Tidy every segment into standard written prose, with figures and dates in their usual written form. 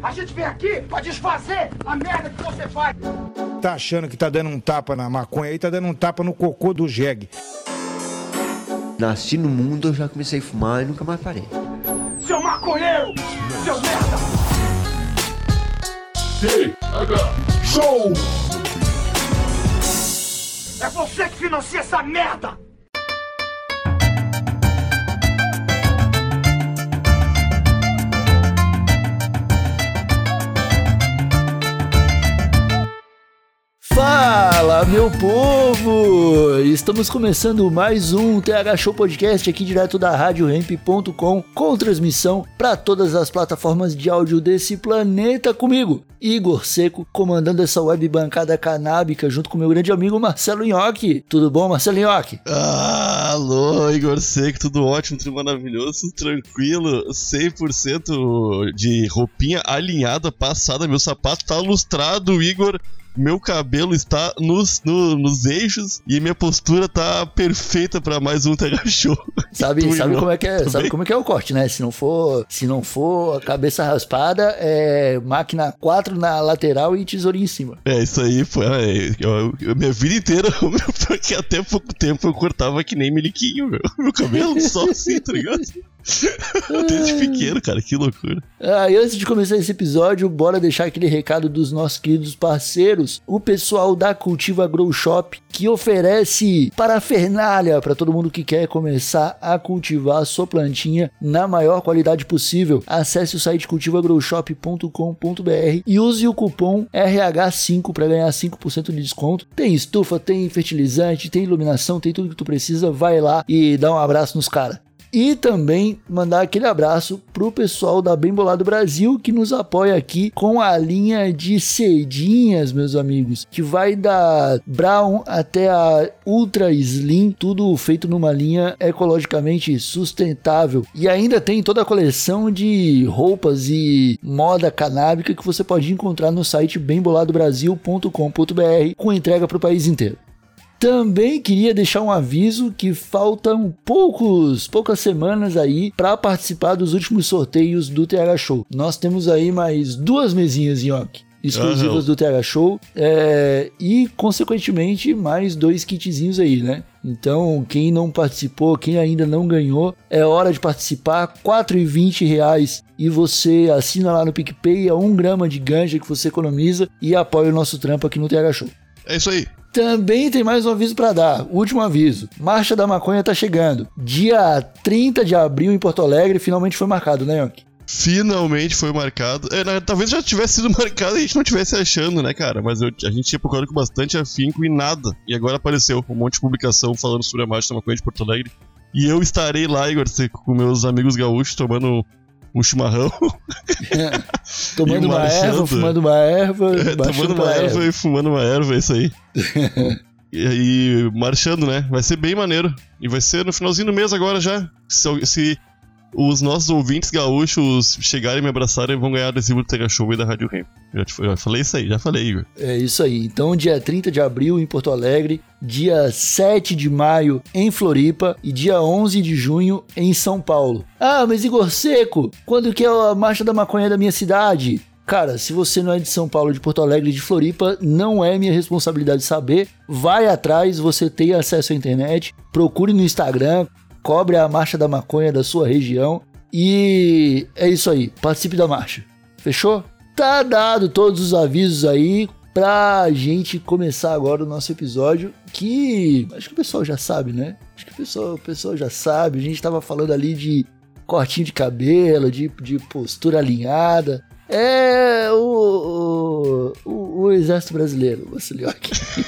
A gente vem aqui pra desfazer a merda que você faz. Tá achando que tá dando um tapa na maconha aí, tá dando um tapa no cocô do jegue. Nasci no mundo, eu já comecei a fumar e nunca mais parei. Seu maconheiro! Seu merda! Show! É você que financia essa merda! Fala, meu povo! Estamos começando mais um TH Show Podcast aqui direto da RadioRamp.com, com transmissão para todas as plataformas de áudio desse planeta comigo, Igor Seco, comandando essa web bancada canábica junto com meu grande amigo Marcelo Nhoque. Tudo bom, Marcelo Nhoque? Alô, Igor Seco, tudo ótimo, tudo maravilhoso, tranquilo, 100% de roupinha alinhada, passada, meu sapato tá lustrado, Igor. Meu cabelo está nos eixos e minha postura tá perfeita pra mais um TH Show. Sabe como é que é? Sabe como é que é o corte, né? Se não for a cabeça raspada, é máquina 4 na lateral e tesourinha em cima. É isso aí, pô. Minha vida inteira, porque até pouco tempo eu cortava que nem miliquinho, meu cabelo só assim, tá ligado? Desde pequeno, cara, que loucura. E antes de começar esse episódio, bora deixar aquele recado dos nossos queridos parceiros, o pessoal da Cultiva Grow Shop, que oferece parafernália para todo mundo que quer começar a cultivar a sua plantinha na maior qualidade possível. Acesse o site cultivagrowshop.com.br e use o cupom RH5 para ganhar 5% de desconto. Tem estufa, tem fertilizante, tem iluminação, tem tudo que tu precisa. Vai lá e dá um abraço nos caras. E também mandar aquele abraço pro pessoal da Bem Bolado Brasil, que nos apoia aqui com a linha de cedinhas, meus amigos, que vai da Brown até a Ultra Slim, tudo feito numa linha ecologicamente sustentável. E ainda tem toda a coleção de roupas e moda canábica que você pode encontrar no site bemboladobrasil.com.br, com entrega pro país inteiro. Também queria deixar um aviso que faltam poucas semanas aí para participar dos últimos sorteios do TH Show. Nós temos aí mais 2 mesinhas, Nhoque, exclusivas do TH Show, e consequentemente mais 2 kitzinhos aí, né? Então quem não participou, quem ainda não ganhou, é hora de participar. R$4,20 e você assina lá no PicPay, é 1 grama de ganja que você economiza e apoia o nosso trampo aqui no TH Show. É isso aí. Também tem mais um aviso para dar, último aviso. Marcha da Maconha tá chegando. Dia 30 de abril em Porto Alegre, finalmente foi marcado, né, Yonk? Finalmente foi marcado. Talvez já tivesse sido marcado e a gente não estivesse achando, né, cara? Mas a gente tinha procurado com bastante afinco e nada. E agora apareceu um monte de publicação falando sobre a Marcha da Maconha de Porto Alegre. E eu estarei lá, Igor, com meus amigos gaúchos, tomando um chimarrão. Tomando uma erva, fumando uma erva. Tomando uma erva e fumando uma erva, é isso aí. E marchando, né? Vai ser bem maneiro. E vai ser no finalzinho do mês agora já. Se os nossos ouvintes gaúchos chegarem e me abraçarem, vão ganhar adesivo do TH Show e da Rádio Ramp. Já falei isso aí, já falei, Igor. É isso aí. Então, dia 30 de abril em Porto Alegre, dia 7 de maio em Floripa e dia 11 de junho em São Paulo. Ah, mas Igor Seco, quando que é a Marcha da Maconha da minha cidade? Cara, se você não é de São Paulo, de Porto Alegre, de Floripa, não é minha responsabilidade saber. Vai atrás, você tem acesso à internet, procure no Instagram, cobre a Marcha da Maconha da sua região e é isso aí, participe da marcha. Fechou? Tá dado todos os avisos aí pra gente começar agora o nosso episódio, que acho que o pessoal já sabe, né? Acho que o pessoal já sabe, a gente tava falando ali de cortinho de cabelo, de postura alinhada. É o Exército Brasileiro, Vassilioque.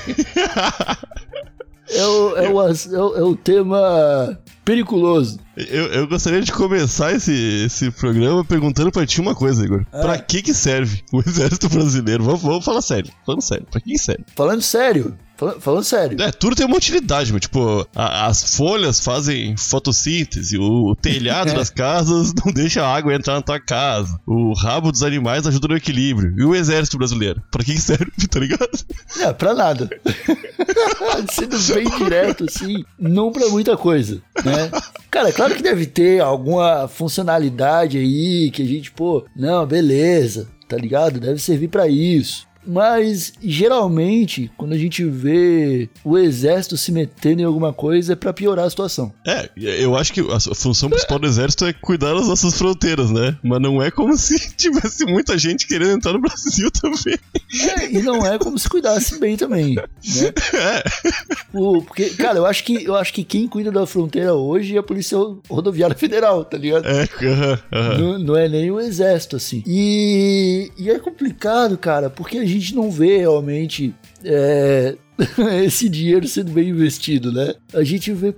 É o tema periculoso. Eu gostaria de começar esse programa perguntando pra ti uma coisa, Igor. Pra que serve o Exército Brasileiro? Vamos falar sério. Falando sério, pra que serve? Falando sério. Tudo tem uma utilidade, mas tipo, as folhas fazem fotossíntese, o telhado das casas não deixa a água entrar na tua casa, o rabo dos animais ajuda no equilíbrio. E o Exército Brasileiro? Pra que serve, tá ligado? Pra nada. Sendo bem direto, assim, não pra muita coisa, né? Cara, claro que deve ter alguma funcionalidade aí que a gente, não, beleza. tá ligado? Deve servir pra isso. Mas, geralmente, quando a gente vê o exército se metendo em alguma coisa, é pra piorar a situação. Eu acho que a função principal do exército é cuidar das nossas fronteiras, né? Mas não é como se tivesse muita gente querendo entrar no Brasil também. E não é como se cuidasse bem também, né? Porque, cara, eu acho que quem cuida da fronteira hoje é a Polícia Rodoviária Federal, tá ligado? Não é nem o exército, assim. E é complicado, cara, porque a gente não vê realmente esse dinheiro sendo bem investido, né? A gente vê,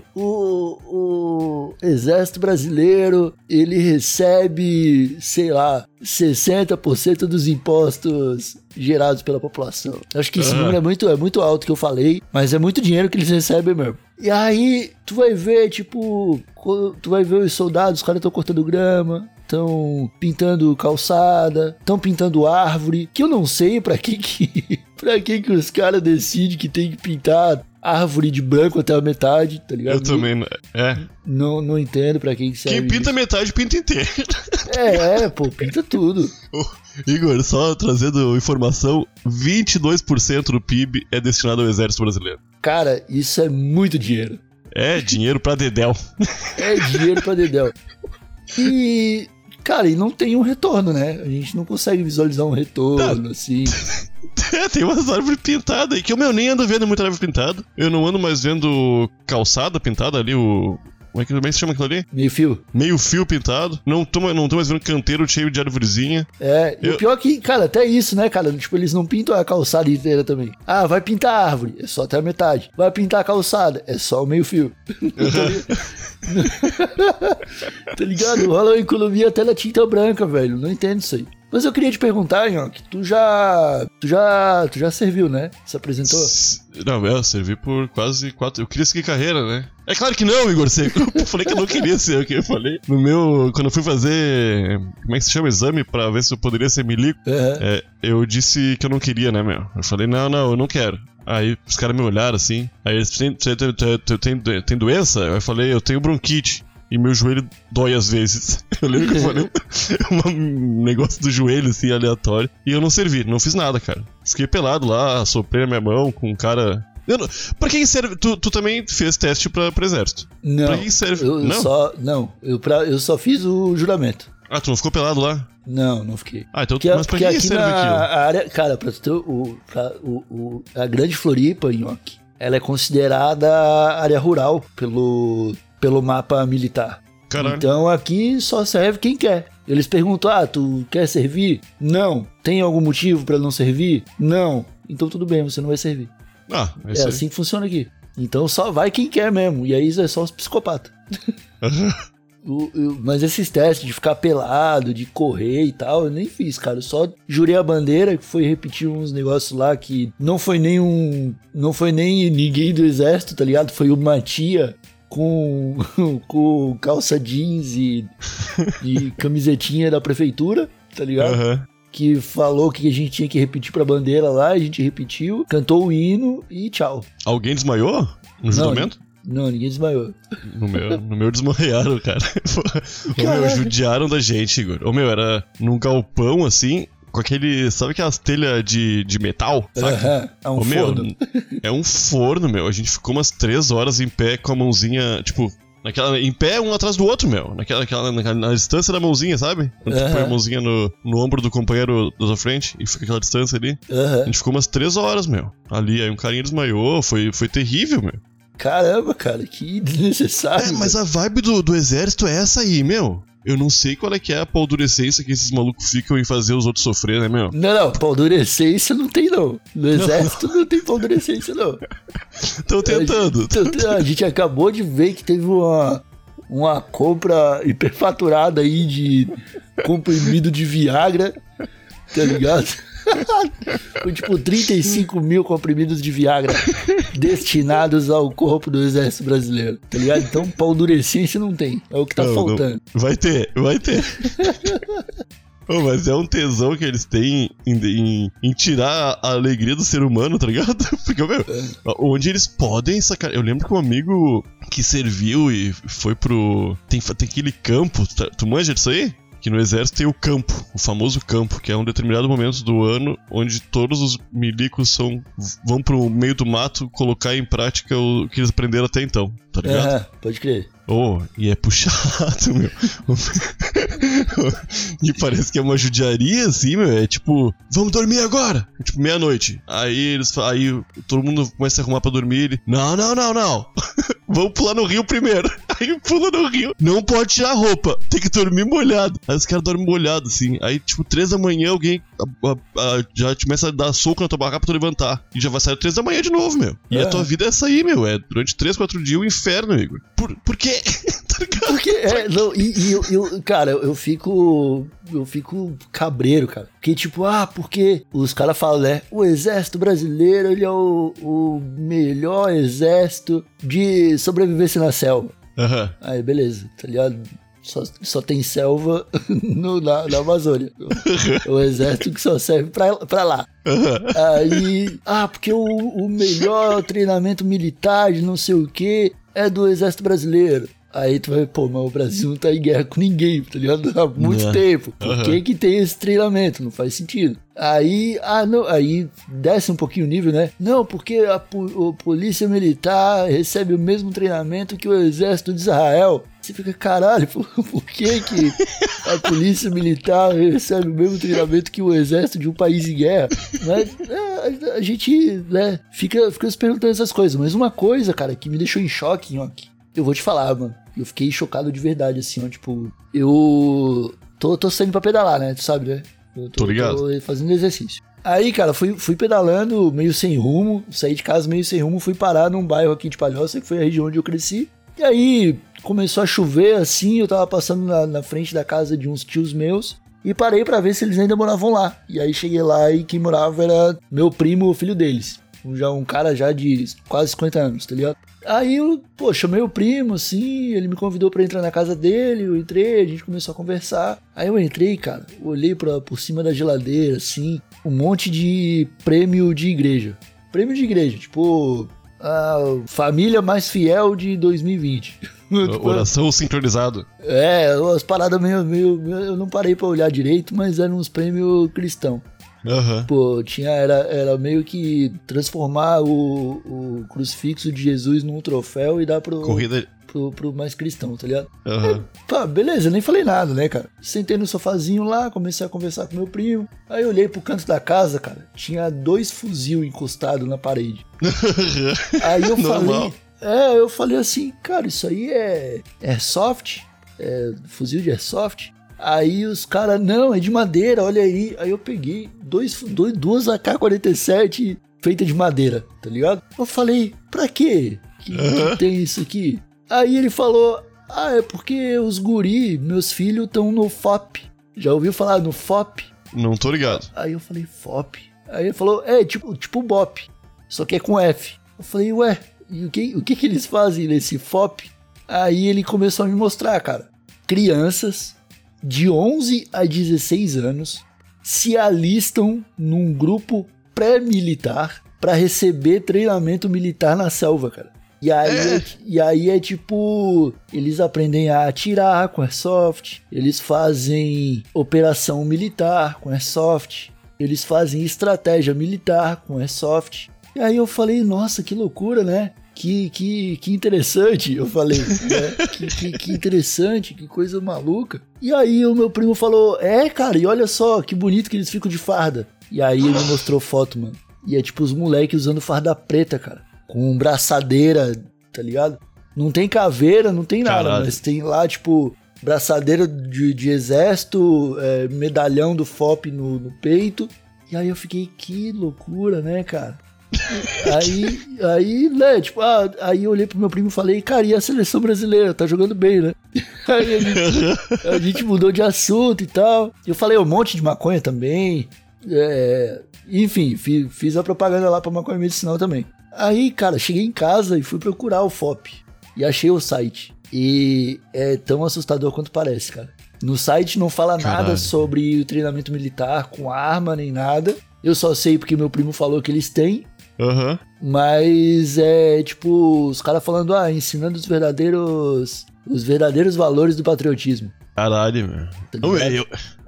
o exército brasileiro, ele recebe, sei lá, 60% dos impostos gerados pela população. Acho que esse número é muito alto que eu falei, mas é muito dinheiro que eles recebem mesmo. E aí, tu vai ver, os soldados, os caras estão cortando grama, estão pintando calçada, estão pintando árvore, que eu não sei pra que os caras decidem que tem que pintar árvore de branco até a metade, tá ligado? Eu também, não entendo pra que serve. Quem pinta isso. Metade, pinta inteiro. Pinta tudo. Igor, só trazendo informação, 22% do PIB é destinado ao exército brasileiro. Cara, isso é muito dinheiro. É dinheiro pra dedéu. É dinheiro pra dedéu. E, cara, e não tem um retorno, né? A gente não consegue visualizar um retorno, assim. Tem umas árvores pintadas aí, que eu nem ando vendo muita árvore pintada. Eu não ando mais vendo calçada pintada ali, Como é que se chama aquilo ali? Meio fio pintado. Não tô mais vendo canteiro cheio de arvorezinha. E o pior é que, cara, até isso, né, cara? Tipo, eles não pintam a calçada inteira também. Ah, vai pintar a árvore, é só até a metade. Vai pintar a calçada, é só o meio fio. Tá ligado? Rola uma economia até na tinta branca, velho. Não entendo isso aí. Mas eu queria te perguntar, Nhoque, tu já serviu, né? Se apresentou? Não, eu servi por quase 4... Eu queria seguir carreira, né? É claro que não, Igor Seco. Eu falei que eu não queria ser o que eu falei. Quando eu fui fazer... Como é que se chama? Exame pra ver se eu poderia ser milico. Eu disse que eu não queria, né, meu? Eu falei, não, eu não quero. Aí os caras me olharam assim. Aí eles, tem doença? Eu falei, eu tenho bronquite. E meu joelho dói às vezes. Eu lembro que eu falei um negócio do joelho, assim, aleatório. E eu não servi, não fiz nada, cara. Fiquei pelado lá, soprei na minha mão com um cara... Pra quem serve? Tu também fez teste pra exército? Não. Pra quem serve? Eu só fiz o juramento. Ah, tu não ficou pelado lá? Não fiquei. Ah, então mas pra quem serve aquilo? A área, cara, a grande Floripa, Nhoque, ela é considerada área rural pelo mapa militar. Caralho. Então aqui só serve quem quer. Eles perguntam, tu quer servir? Não. Tem algum motivo pra não servir? Não. Então tudo bem, você não vai servir. É assim que funciona aqui. Então só vai quem quer mesmo. E aí é só os psicopatas. Mas esses testes de ficar pelado, de correr e tal, eu nem fiz, cara. Eu só jurei a bandeira, que foi repetir uns negócios lá que não foi nem ninguém do exército, tá ligado? Foi uma tia com calça jeans e camisetinha da prefeitura, tá ligado? Que falou que a gente tinha que repetir pra bandeira lá, a gente repetiu, cantou o hino e tchau. Alguém desmaiou no juramento? Não, ninguém desmaiou. No meu desmaiaram, cara. Judiaram da gente, Igor. Era num galpão, assim, com aquele... Sabe aquelas telhas de metal? É um forno. É um forno, meu. A gente ficou umas 3 horas em pé com a mãozinha, tipo... em pé, um atrás do outro, meu. Na distância da mãozinha, sabe? Quando tu põe a mãozinha no ombro do companheiro da tua frente e fica aquela distância ali. A gente ficou umas 3 horas, meu. Ali, aí um carinha desmaiou. Foi terrível, meu. Caramba, cara, que desnecessário. Mas a vibe do exército é essa aí, meu. Eu não sei qual é que é a paldurecência que esses malucos ficam em fazer os outros sofrer, né, meu? Não, paldurecência não tem, não. No exército não tem paldurecência, não. Estão tentando. A gente acabou de ver que teve uma compra hiperfaturada aí de comprimido de Viagra, tá ligado? Foi tipo 35 mil comprimidos de Viagra destinados ao corpo do exército brasileiro, tá ligado? Então paldurecência não tem, é o que tá faltando. Vai ter. Mas é um tesão que eles têm em tirar a alegria do ser humano, tá ligado? Porque, onde eles podem sacar... Eu lembro que um amigo que serviu e foi pro... Tem aquele campo, tu manja disso aí? que no exército tem o campo, o famoso campo, que é um determinado momento do ano onde todos os milicos vão pro meio do mato colocar em prática o que eles aprenderam até então, tá ligado? Pode crer. E é puxado, meu. E parece que é uma judiaria, assim, meu. É tipo, vamos dormir agora. Tipo, meia-noite. Aí todo mundo começa a arrumar pra dormir. Ele, não. Vamos pular no rio primeiro. Aí pula no rio. Não pode tirar a roupa. Tem que dormir molhado. Aí os caras dormem molhado, assim. Aí, tipo, 3 da manhã, alguém já começa a dar soco na tua barraca pra tu levantar. E já vai sair 3 da manhã de novo, meu. E a tua vida é essa aí, meu. É durante 3, 4 dias o inferno, Igor. Por quê? Tá ligado? Porque, cara, eu fico cabreiro, cara. Porque, tipo, porque os caras falam, né? O exército brasileiro, ele é o melhor exército de sobrevivência na selva. Uhum. Aí, beleza, tá ligado? Só tem selva na Amazônia. O exército que só serve pra lá. Aí, porque o melhor treinamento militar de não sei o que é do exército brasileiro. Aí tu vai, mas o Brasil não tá em guerra com ninguém, tá ligado? Há muito tempo. Por que tem esse treinamento? Não faz sentido. Aí, aí desce um pouquinho o nível, né? Não, porque a polícia militar recebe o mesmo treinamento que o exército de Israel. Você fica, caralho, por que a polícia militar recebe o mesmo treinamento que o exército de um país em guerra? Mas a gente, né, fica se perguntando essas coisas. Mas uma coisa, cara, que me deixou em choque, eu vou te falar, mano. Eu fiquei chocado de verdade, assim, tipo, eu tô saindo pra pedalar, né? Tu sabe, né? Tô ligado. Tô fazendo exercício. Aí, cara, fui pedalando meio sem rumo, saí de casa meio sem rumo, fui parar num bairro aqui de Palhoça, que foi a região onde eu cresci. E aí, começou a chover, assim, eu tava passando na frente da casa de uns tios meus e parei pra ver se eles ainda moravam lá. E aí cheguei lá e quem morava era meu primo, o filho deles. Um cara já de quase 50 anos, tá ligado? Aí eu, chamei o primo, assim, ele me convidou pra entrar na casa dele, eu entrei, a gente começou a conversar. Aí eu entrei, cara, olhei por cima da geladeira, assim, um monte de prêmio de igreja. Prêmio de igreja, tipo, a família mais fiel de 2020. Oração sincronizado. As paradas meio eu não parei pra olhar direito, mas eram uns prêmios cristãos. Uhum. Era meio que transformar o crucifixo de Jesus num troféu e dar pro mais cristão, tá ligado? Uhum. Beleza, nem falei nada, né, cara? Sentei no sofazinho lá, comecei a conversar com meu primo. Aí olhei pro canto da casa, cara, tinha 2 fuzil encostados na parede. Aí eu falei assim, cara, isso aí é airsoft? É fuzil de airsoft? Aí os caras, não, é de madeira, olha aí. Aí eu peguei duas AK-47 feitas de madeira, tá ligado? Eu falei, pra quê que tem isso aqui? Aí ele falou, é porque os guri, meus filhos, estão no FOP. Já ouviu falar no FOP? Não tô ligado. Aí eu falei, FOP? Aí ele falou, tipo BOP, só que é com F. Eu falei, ué, e o que eles fazem nesse FOP? Aí ele começou a me mostrar, cara. Crianças de 11 a 16 anos se alistam num grupo pré-militar pra receber treinamento militar na selva, cara. E aí é tipo, eles aprendem a atirar com airsoft, eles fazem operação militar com airsoft, eles fazem estratégia militar com airsoft. E aí eu falei, nossa, que loucura, né? Que interessante, eu falei, né? que interessante, que coisa maluca. E aí o meu primo falou, cara, e olha só, que bonito que eles ficam de farda. E aí ele me mostrou foto, mano. E é tipo os moleques usando farda preta, cara, com braçadeira, tá ligado? Não tem caveira, não tem nada, caralho. Mas tem lá, tipo, braçadeira de exército, medalhão do FOP no peito. E aí eu fiquei, que loucura, né, cara? Aí, né, tipo, aí eu olhei pro meu primo e falei, cara, e a seleção brasileira? Tá jogando bem, né? Aí a gente mudou de assunto e tal. Eu falei um monte de maconha também. Enfim, fiz a propaganda lá pra maconha medicinal também. Aí, cara, cheguei em casa e fui procurar o FOP. E achei o site. E é tão assustador quanto parece, cara. No site não fala nada sobre o treinamento militar com arma nem nada. Eu só sei porque meu primo falou que eles têm. Uhum. Mas é tipo os caras falando, ensinando os verdadeiros valores do patriotismo. Caralho, meu. Tá ligado?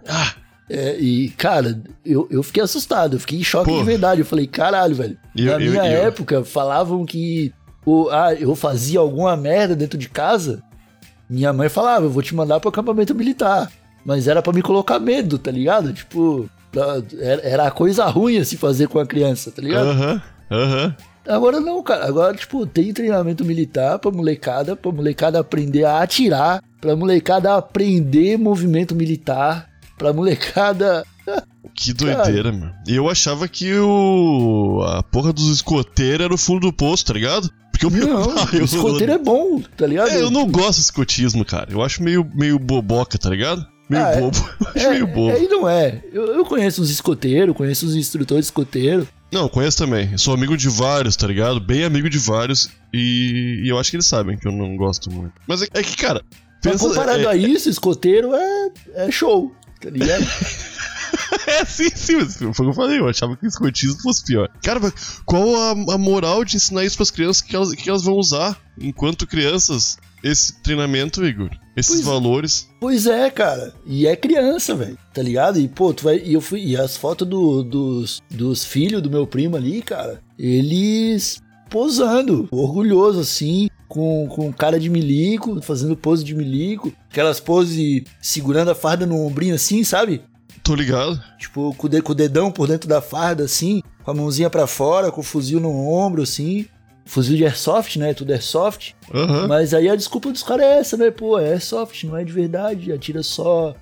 E, cara, eu fiquei assustado, eu fiquei em choque de verdade. Eu falei, caralho, velho. Na minha época, falavam que eu fazia alguma merda dentro de casa. Minha mãe falava, eu vou te mandar pro acampamento militar. Mas era pra me colocar medo, tá ligado? Tipo, era coisa ruim a se fazer com a criança, tá ligado? Agora não, cara. Agora, tipo, tem treinamento militar pra molecada aprender a atirar, pra molecada aprender movimento militar, pra molecada... Que doideira, mano. E eu achava que a porra dos escoteiros era o fundo do poço, tá ligado? Porque o escoteiro é bom, tá ligado? Eu não gosto de escotismo, cara. Eu acho meio boboca, tá ligado? Bobo. Meio bobo. E não é. Eu conheço uns escoteiros, conheço uns instrutores de escoteiro. Não, conheço também. Eu sou amigo de vários, tá ligado? Bem amigo de vários. E eu acho que eles sabem que eu não gosto muito. Mas é que, cara... Comparado a isso, escoteiro é show, tá ligado? Sim, mas foi o que eu falei, eu achava que o escotismo fosse pior. Cara, mas qual a moral de ensinar isso pras crianças que elas vão usar enquanto crianças? Esse treinamento, Igor, esses valores. Pois é, cara, e é criança, velho, tá ligado? E, pô, e as fotos dos filhos do meu primo ali, cara, eles posando, orgulhoso assim, com cara de milico, fazendo pose de milico, aquelas poses segurando a farda no ombrinho assim, sabe? Tô ligado. Tipo, com o dedão por dentro da farda, assim, com a mãozinha pra fora, com o fuzil no ombro, assim. Fuzil de airsoft, né? Tudo airsoft. Mas aí a desculpa dos caras é essa, né? Pô, é airsoft, não é de verdade. Atira só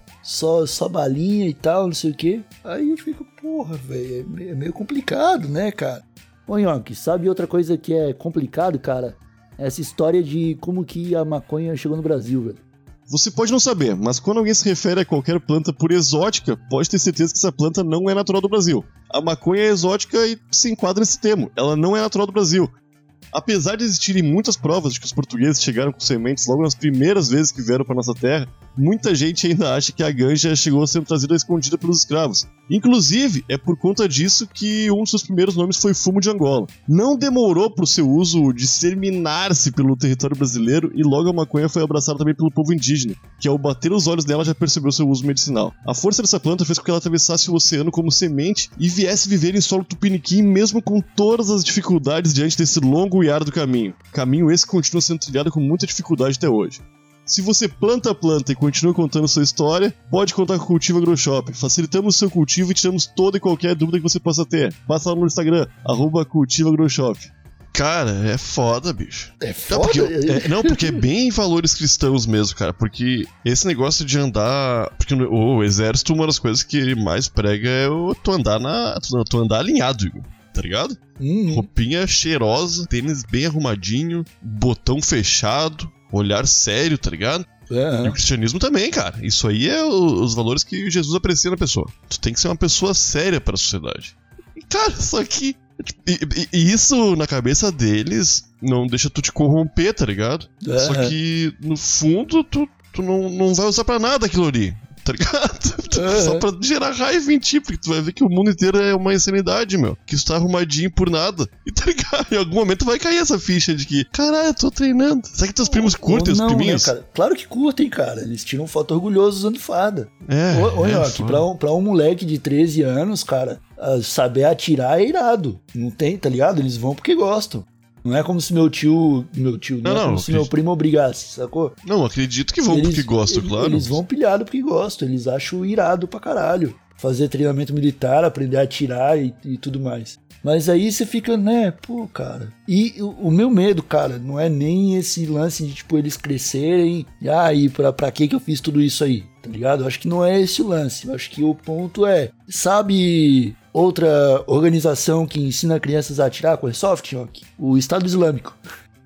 balinha e tal, não sei o quê. Aí eu fico, porra, velho, é meio complicado, né, cara? Ô, Nhoque, sabe outra coisa que é complicado, cara? Essa história de como que a maconha chegou no Brasil, velho. Você pode não saber, mas quando alguém se refere a qualquer planta por exótica, pode ter certeza que essa planta não é natural do Brasil. A maconha é exótica e se enquadra nesse termo. Ela não é natural do Brasil. Apesar de existirem muitas provas de que os portugueses chegaram com sementes logo nas primeiras vezes que vieram para nossa terra, muita gente ainda acha que a ganja chegou sendo trazida escondida pelos escravos. Inclusive, é por conta disso que um dos seus primeiros nomes foi fumo de Angola. Não demorou para o seu uso disseminar-se pelo território brasileiro e logo a maconha foi abraçada também pelo povo indígena, que ao bater os olhos dela já percebeu seu uso medicinal. A força dessa planta fez com que ela atravessasse o oceano como semente e viesse viver em solo tupiniquim mesmo com todas as dificuldades diante desse longo e árduo caminho. Caminho esse que continua sendo trilhado com muita dificuldade até hoje. Se você planta a planta e continua contando sua história, pode contar com o Cultivo AgroShop. Facilitamos o seu cultivo e tiramos toda e qualquer dúvida que você possa ter. Passa lá no Instagram, @Cultivo AgroShop. Cara, é foda, bicho. É foda? Porque é bem valores cristãos mesmo, cara. Porque esse negócio de andar... Porque o exército, uma das coisas que ele mais prega é tu andar alinhado, Igor. Tá ligado? Roupinha cheirosa, tênis bem arrumadinho, botão fechado, olhar sério, tá ligado? E o cristianismo também, cara. Isso aí é os valores que Jesus aprecia na pessoa. Tu tem que ser uma pessoa séria pra sociedade. E, cara, só que... E isso na cabeça deles não deixa tu te corromper, tá ligado? Só que, no fundo, tu não vai usar pra nada aquilo ali. Tá ligado? Só pra gerar raiva em ti, porque tu vai ver que o mundo inteiro é uma insanidade, meu. Que isso tá arrumadinho por nada. E tá ligado? Em algum momento vai cair essa ficha de que, caralho, eu tô treinando. Será que teus primos curtem os priminhos? Né, cara? Claro que curtem, cara. Eles tiram foto orgulhoso usando farda. Pra um moleque de 13 anos, cara, saber atirar é irado. Não tem, tá ligado? Eles vão porque gostam. Não é como se meu tio se meu primo obrigasse, sacou? Não, acredito que vão porque gostam, claro. Eles vão pilhado porque gostam, eles acham irado pra caralho. Fazer treinamento militar, aprender a atirar e tudo mais. Mas aí você fica, né, pô, cara. E o meu medo, cara, não é nem esse lance de, tipo, eles crescerem. E pra que eu fiz tudo isso aí, tá ligado? Eu acho que não é esse o lance. Eu acho que o ponto é, sabe... Outra organização que ensina crianças a atirar com airsoft, o Estado Islâmico.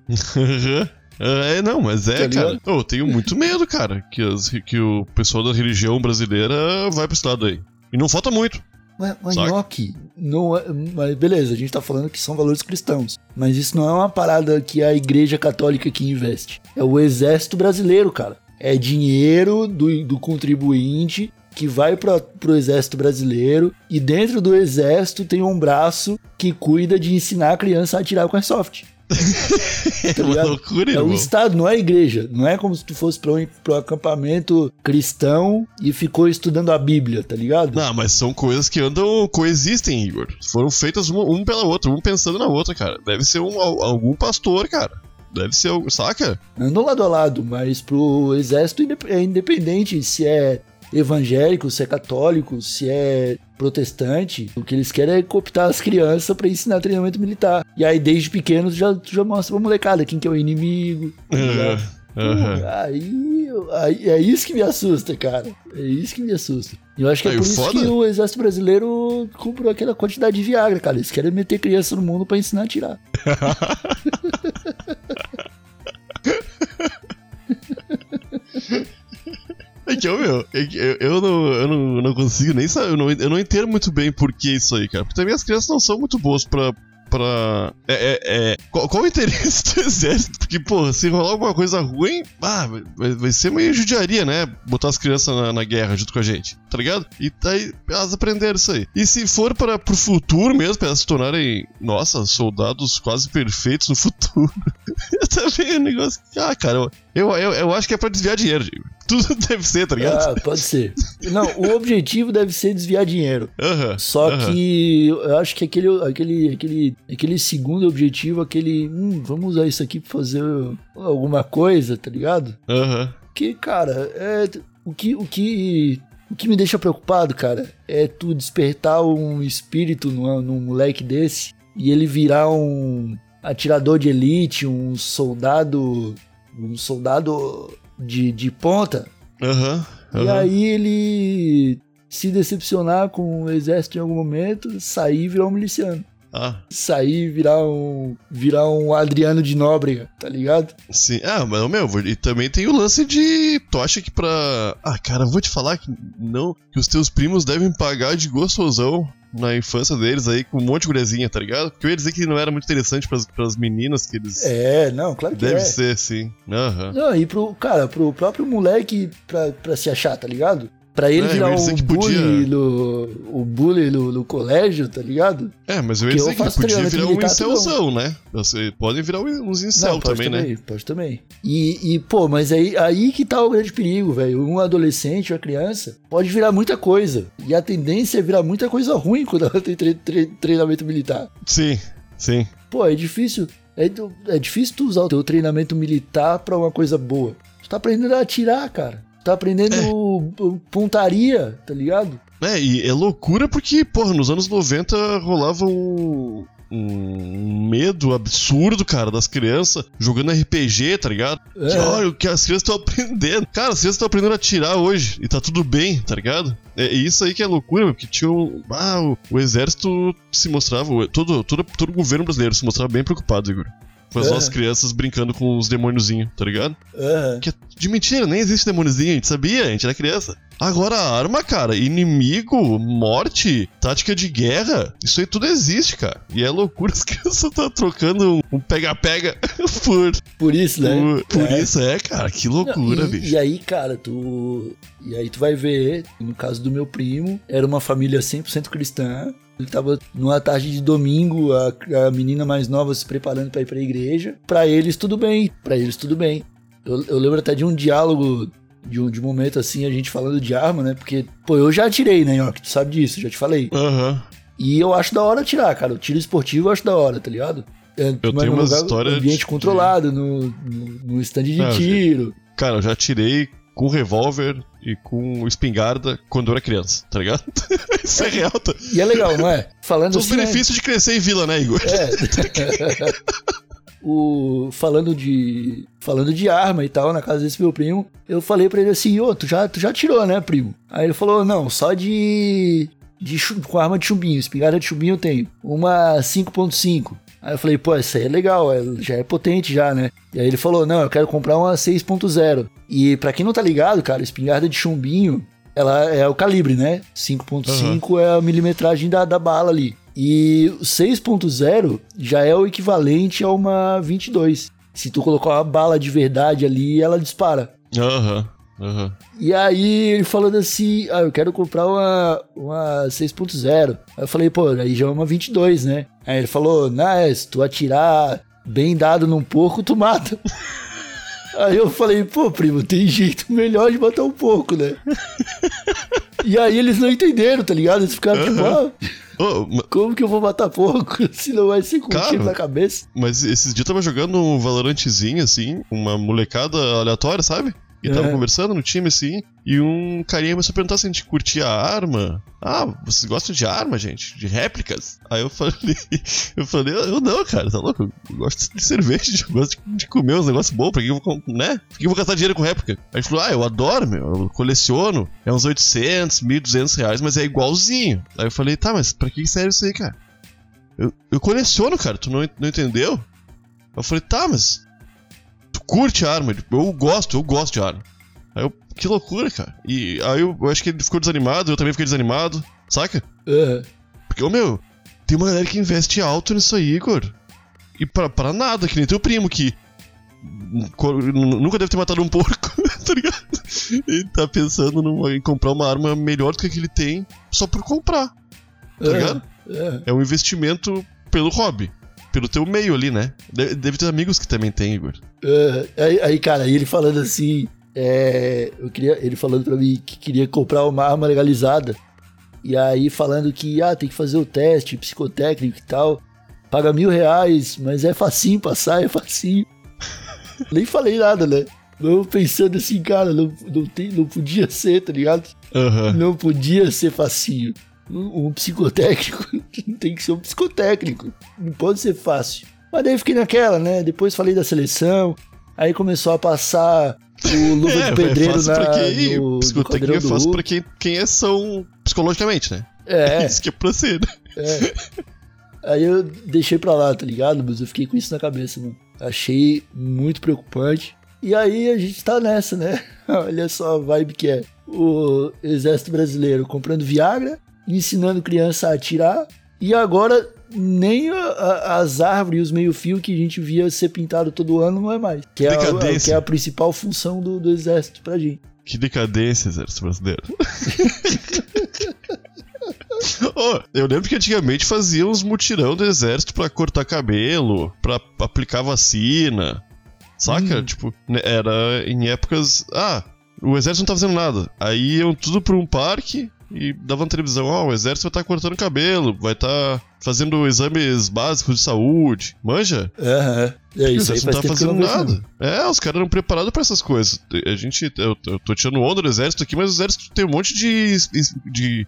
Mas tá cara. Eu tenho muito medo, cara, que o pessoal da religião brasileira vai pro esse lado aí. E não falta muito. Mas Nhoque, não é, mas beleza, a gente tá falando que são valores cristãos. Mas isso não é uma parada que a Igreja Católica que investe. É o Exército Brasileiro, cara. É dinheiro do contribuinte que vai pro exército brasileiro, e dentro do exército tem um braço que cuida de ensinar a criança a atirar com airsoft. É uma loucura, irmão. É o Estado, não é a igreja. Não é como se tu fosse pra um acampamento cristão e ficou estudando a Bíblia, tá ligado? Não, mas são coisas que coexistem, Igor. Foram feitas uma pela outra, um pensando na outra, cara. Deve ser algum pastor, cara. Deve ser algo, saca? Andam lado a lado, mas pro exército é independente se é evangélico, se é católico, se é protestante. O que eles querem é cooptar as crianças pra ensinar treinamento militar. E aí, desde pequenos, tu já mostra pra molecada quem que é o inimigo. Aí é isso que me assusta, cara. É isso que me assusta. E eu acho que é por isso que o exército brasileiro comprou aquela quantidade de Viagra, cara. Eles querem meter criança no mundo pra ensinar a atirar. É que, eu não consigo nem saber, eu não entendo muito bem por que isso aí, cara. Porque também as crianças não são muito boas pra... Qual o interesse do exército? Porque, pô, se rolar alguma coisa ruim, vai ser meio judiaria, né? Botar as crianças na guerra junto com a gente, tá ligado? E daí elas aprenderam isso aí. E se for pro futuro mesmo, pra elas se tornarem, nossa, soldados quase perfeitos no futuro, também é um negócio. Cara, eu acho que é pra desviar dinheiro, gente. Tudo deve ser, tá ligado? Pode ser. Não, o objetivo deve ser desviar dinheiro. Só que eu acho que aquele segundo objetivo, vamos usar isso aqui pra fazer alguma coisa, tá ligado? Que, cara, o que me deixa preocupado, cara, é tu despertar um espírito num moleque desse e ele virar um atirador de elite, um soldado de ponta. E aí ele se decepcionar com o exército em algum momento, sair e virar um miliciano. Sair e virar um Adriano de Nóbrega, tá ligado? Sim, mas e também tem o lance de... Tu acha que pra... cara, eu vou te falar que os teus primos devem pagar de gostosão na infância deles aí, com um monte de guriazinha, tá ligado? Porque eu ia dizer que não era muito interessante pras meninas que eles... Claro que deve ser, sim. Não, e pro próprio moleque pra se achar, tá ligado? Pra ele virar um bully no colégio, tá ligado? Mas eu ia dizer que ele podia virar um incelzão, né? Você pode virar uns incel também, né? Pode também. Pô, mas aí que tá o grande perigo, velho. Um adolescente, uma criança, pode virar muita coisa. E a tendência é virar muita coisa ruim quando ela tem treinamento militar. Sim. Pô, é difícil. É difícil tu usar o teu treinamento militar pra uma coisa boa. Tu tá aprendendo a atirar, cara. Tá aprendendo pontaria, tá ligado? E é loucura porque, porra, nos anos 90 rolava um medo absurdo, cara, das crianças jogando RPG, tá ligado? Que, olha o que as crianças estão aprendendo. Cara, as crianças estão aprendendo a atirar hoje e tá tudo bem, tá ligado? É isso aí que é loucura, porque tinha o exército se mostrava, todo o governo brasileiro se mostrava bem preocupado, Igor. Com as nossas crianças brincando com os demôniozinhos, tá ligado? Que é de mentira, nem existe demôniozinho, a gente sabia, a gente era criança. Agora a arma, cara, inimigo, morte, tática de guerra, isso aí tudo existe, cara. E é loucura, as crianças tá trocando um pega-pega por isso, né? Por isso, cara, que loucura, bicho. E aí, cara, tu vai ver, no caso do meu primo, era uma família 100% cristã. Ele tava numa tarde de domingo, a menina mais nova se preparando pra ir pra igreja. Pra eles, tudo bem. Eu lembro até de um diálogo, de um momento assim, a gente falando de arma, né? Porque, pô, eu já atirei, né, Nhoque? Tu sabe disso, já te falei. E eu acho da hora atirar, cara. O tiro esportivo eu acho da hora, tá ligado? Eu tenho uma história ambiente controlado, no stand de tiro. Cara, eu já atirei com revólver e com espingarda quando eu era criança, tá ligado? Isso é real. E é legal, não é? Falando São os benefícios de crescer em vila, né, Igor? Falando de arma e tal, na casa desse meu primo, eu falei pra ele assim, tu já atirou, né, primo? Aí ele falou, não, só com arma de chumbinho, espingarda de chumbinho eu tenho. Uma 5.5. Aí eu falei, pô, essa aí é legal, já é potente já, né? E aí ele falou, não, eu quero comprar uma 6.0. E pra quem não tá ligado, cara, espingarda de chumbinho, ela é o calibre, né? 5.5 é a milimetragem da bala ali. E o 6.0 já é o equivalente a uma 22. Se tu colocar uma bala de verdade ali, ela dispara. E aí ele falando assim, eu quero comprar uma 6.0. Aí eu falei, pô, aí já é uma 22, né? Aí ele falou, se tu atirar bem dado num porco, tu mata. Aí eu falei, pô, primo, tem jeito melhor de matar um porco, né? E aí eles não entenderam, tá ligado? Eles ficaram tipo, como que eu vou matar porco se não vai ser com um tiro na cabeça? Mas esses dias eu tava jogando um Valorantezinho, assim, uma molecada aleatória, sabe? E tava conversando no time, assim, e um carinha começou a perguntar se a gente curtia a arma. Ah, vocês gostam de arma, gente? De réplicas? Aí eu falei, eu não, cara, tá louco? Eu gosto de cerveja, eu gosto de comer uns negócios bons, pra que eu vou, né? Por que eu vou gastar dinheiro com réplica? Aí ele falou, eu adoro, eu coleciono, é uns 800, 1.200 reais, mas é igualzinho. Aí eu falei, tá, mas pra que serve isso aí, cara? Eu coleciono, cara, tu não entendeu? Eu falei, tá, mas... Tu curte a arma? Eu gosto de arma. Aí eu, que loucura, cara. E aí eu acho que ele ficou desanimado, eu também fiquei desanimado, saca? Porque, tem uma galera que investe alto nisso aí, Igor. E pra nada, que nem teu primo, que nunca deve ter matado um porco, tá ligado? Ele tá pensando em comprar uma arma melhor do que a que ele tem, só por comprar, tá ligado? É um investimento pelo hobby. Pelo teu meio ali, né? Deve ter amigos que também tem, Igor. Aí, cara, ele falando assim... ele falando pra mim que queria comprar uma arma legalizada. E aí falando que, tem que fazer o teste psicotécnico e tal. Paga R$1.000, mas é facinho passar, é facinho. Nem falei nada, né? Eu pensando assim, cara, não podia ser, tá ligado? Não podia ser facinho. Um psicotécnico tem que ser um psicotécnico, não pode ser fácil. Mas daí fiquei naquela, né? Depois falei da seleção, aí começou a passar o luva de pedreiro no psicotécnico é fácil pra quem são psicologicamente, né? Isso que é pra ser, né? Aí eu deixei pra lá, tá ligado? Mas eu fiquei com isso na cabeça, mano. Achei muito preocupante. E aí a gente tá nessa, né? Olha só a vibe que é. O exército brasileiro comprando Viagra, ensinando criança a atirar, e agora nem as árvores e os meio-fio que a gente via ser pintado todo ano não é mais. Que é a principal função do exército pra gente. Que decadência, exército brasileiro. Eu lembro que antigamente fazia uns mutirão do exército pra cortar cabelo, pra aplicar vacina, saca? Tipo, era em épocas... o exército não tá fazendo nada. Aí iam tudo pra um parque e davam na televisão, o exército vai estar cortando cabelo, vai estar fazendo exames básicos de saúde, manja? É isso, o exército não tá fazendo nada. Os caras eram preparados pra essas coisas. Eu tô tirando onda do exército aqui, mas o exército tem um monte de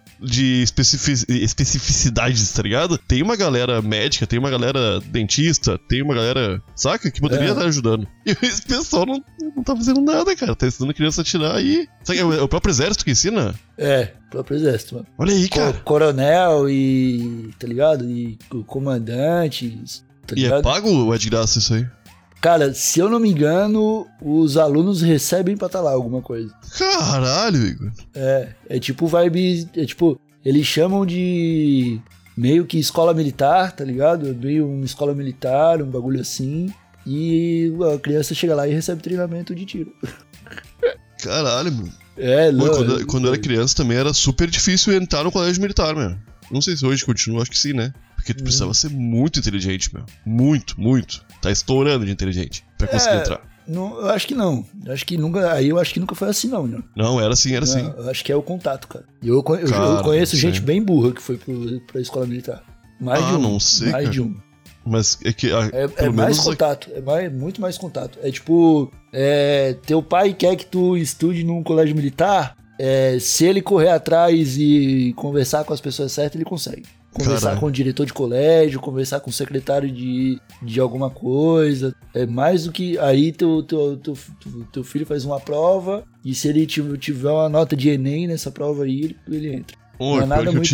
especificidades, tá ligado? Tem uma galera médica, tem uma galera dentista, tem uma galera, saca? Que poderia estar ajudando. E esse pessoal não tá fazendo nada, cara. Tá ensinando a criança a atirar aí. Sabe, é o próprio exército que ensina? O próprio exército, mano. Olha aí, cara. Coronel e... tá ligado? E comandante... Tá ligado? E é pago ou é de graça isso aí? Cara, se eu não me engano, os alunos recebem pra tá lá alguma coisa. Caralho, Igor. É tipo vibe... É tipo, eles chamam de... meio que escola militar, tá ligado? Meio uma escola militar, um bagulho assim. E a criança chega lá e recebe treinamento de tiro. Caralho, mano. Quando eu era criança também era super difícil entrar no colégio militar, meu. Não sei se hoje continua, acho que sim, né? Porque tu precisava ser muito inteligente, meu. Muito, muito. Tá estourando de inteligente pra conseguir entrar. Não, eu acho que não. Eu acho que nunca foi assim, não, né? Não, era assim. Eu acho que é o contato, cara. Eu conheço gente bem burra que foi pra escola militar. Mais de um. Não sei, mais cara. de um. Mas é que... é mais contato. Muito mais contato. É tipo... teu pai quer que tu estude num colégio militar... se ele correr atrás e conversar com as pessoas certas, ele consegue. Conversar com o diretor de colégio, conversar com o secretário de alguma coisa. É mais do que... Aí teu filho faz uma prova e se ele tiver uma nota de Enem nessa prova aí, ele entra. Não é nada muito...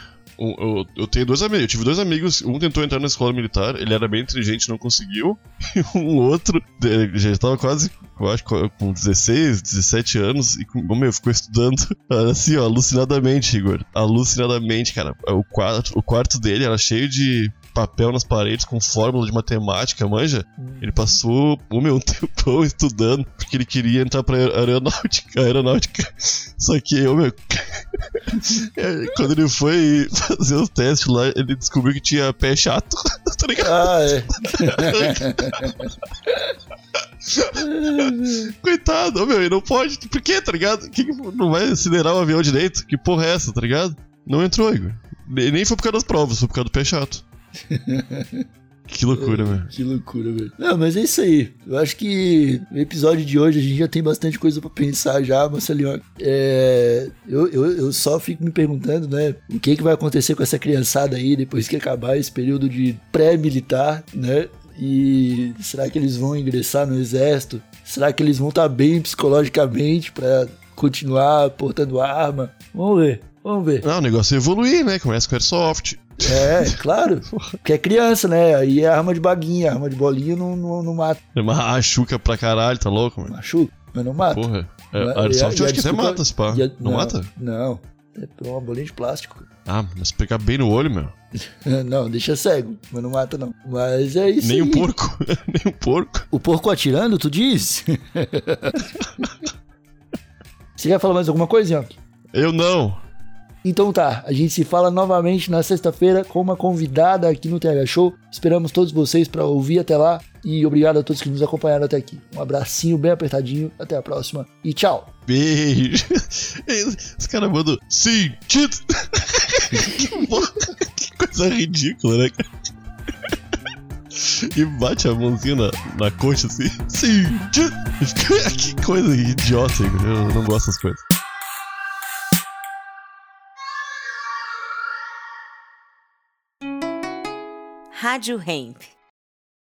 Eu tenho dois amigos. Eu tive dois amigos. Um tentou entrar na escola militar. Ele era bem inteligente, não conseguiu. E um outro já estava quase, eu acho, com 16, 17 anos. E ficou estudando assim, alucinadamente, Igor. Alucinadamente, cara. O quarto dele era cheio de papel nas paredes com fórmula de matemática, manja? Ele passou um tempão estudando, porque ele queria entrar pra aeronáutica. Só que quando ele foi fazer os testes lá, ele descobriu que tinha pé chato, tá ligado? Coitado, ele não pode. Por quê, tá ligado? Que não vai acelerar o avião direito? Que porra é essa, tá ligado? Não entrou, Igor. Nem foi por causa das provas, foi por causa do pé chato. Que loucura, velho. Que loucura, velho. Não, mas é isso aí. Eu acho que no episódio de hoje a gente já tem bastante coisa pra pensar já, Marcelinho. Eu só fico me perguntando, né, o que vai acontecer com essa criançada aí depois que acabar esse período de pré-militar, né? E será que eles vão ingressar no exército? Será que eles vão estar bem psicologicamente pra continuar portando arma? Vamos ver. Não, o negócio é evoluir, né? Começa com Airsoft. Claro. Porque é criança, né? Aí é arma de baguinha, arma de bolinha não mata. Machuca pra caralho, tá louco, mano? Machuca, mas não mata. Porra. Airsoft eu acho que até mata, se pá. Não mata? Não. É uma bolinha de plástico. Ah, mas se pegar bem no olho, meu. Não, deixa cego, mas não mata não. Mas é isso. Nem aí. Um porco. Nem um porco. O porco atirando, tu diz? Você quer falar mais alguma coisa, Yonk? Eu não. Então tá, a gente se fala novamente na sexta-feira com uma convidada aqui no TH Show. Esperamos todos vocês pra ouvir até lá. E obrigado a todos que nos acompanharam até aqui. Um abracinho bem apertadinho, até a próxima e tchau. Beijo. Os caras mandam sentido. Que coisa ridícula, né, cara? E bate a mãozinha na coxa assim. Sentido. Que coisa idiota, eu não gosto dessas coisas. Rádio Hemp.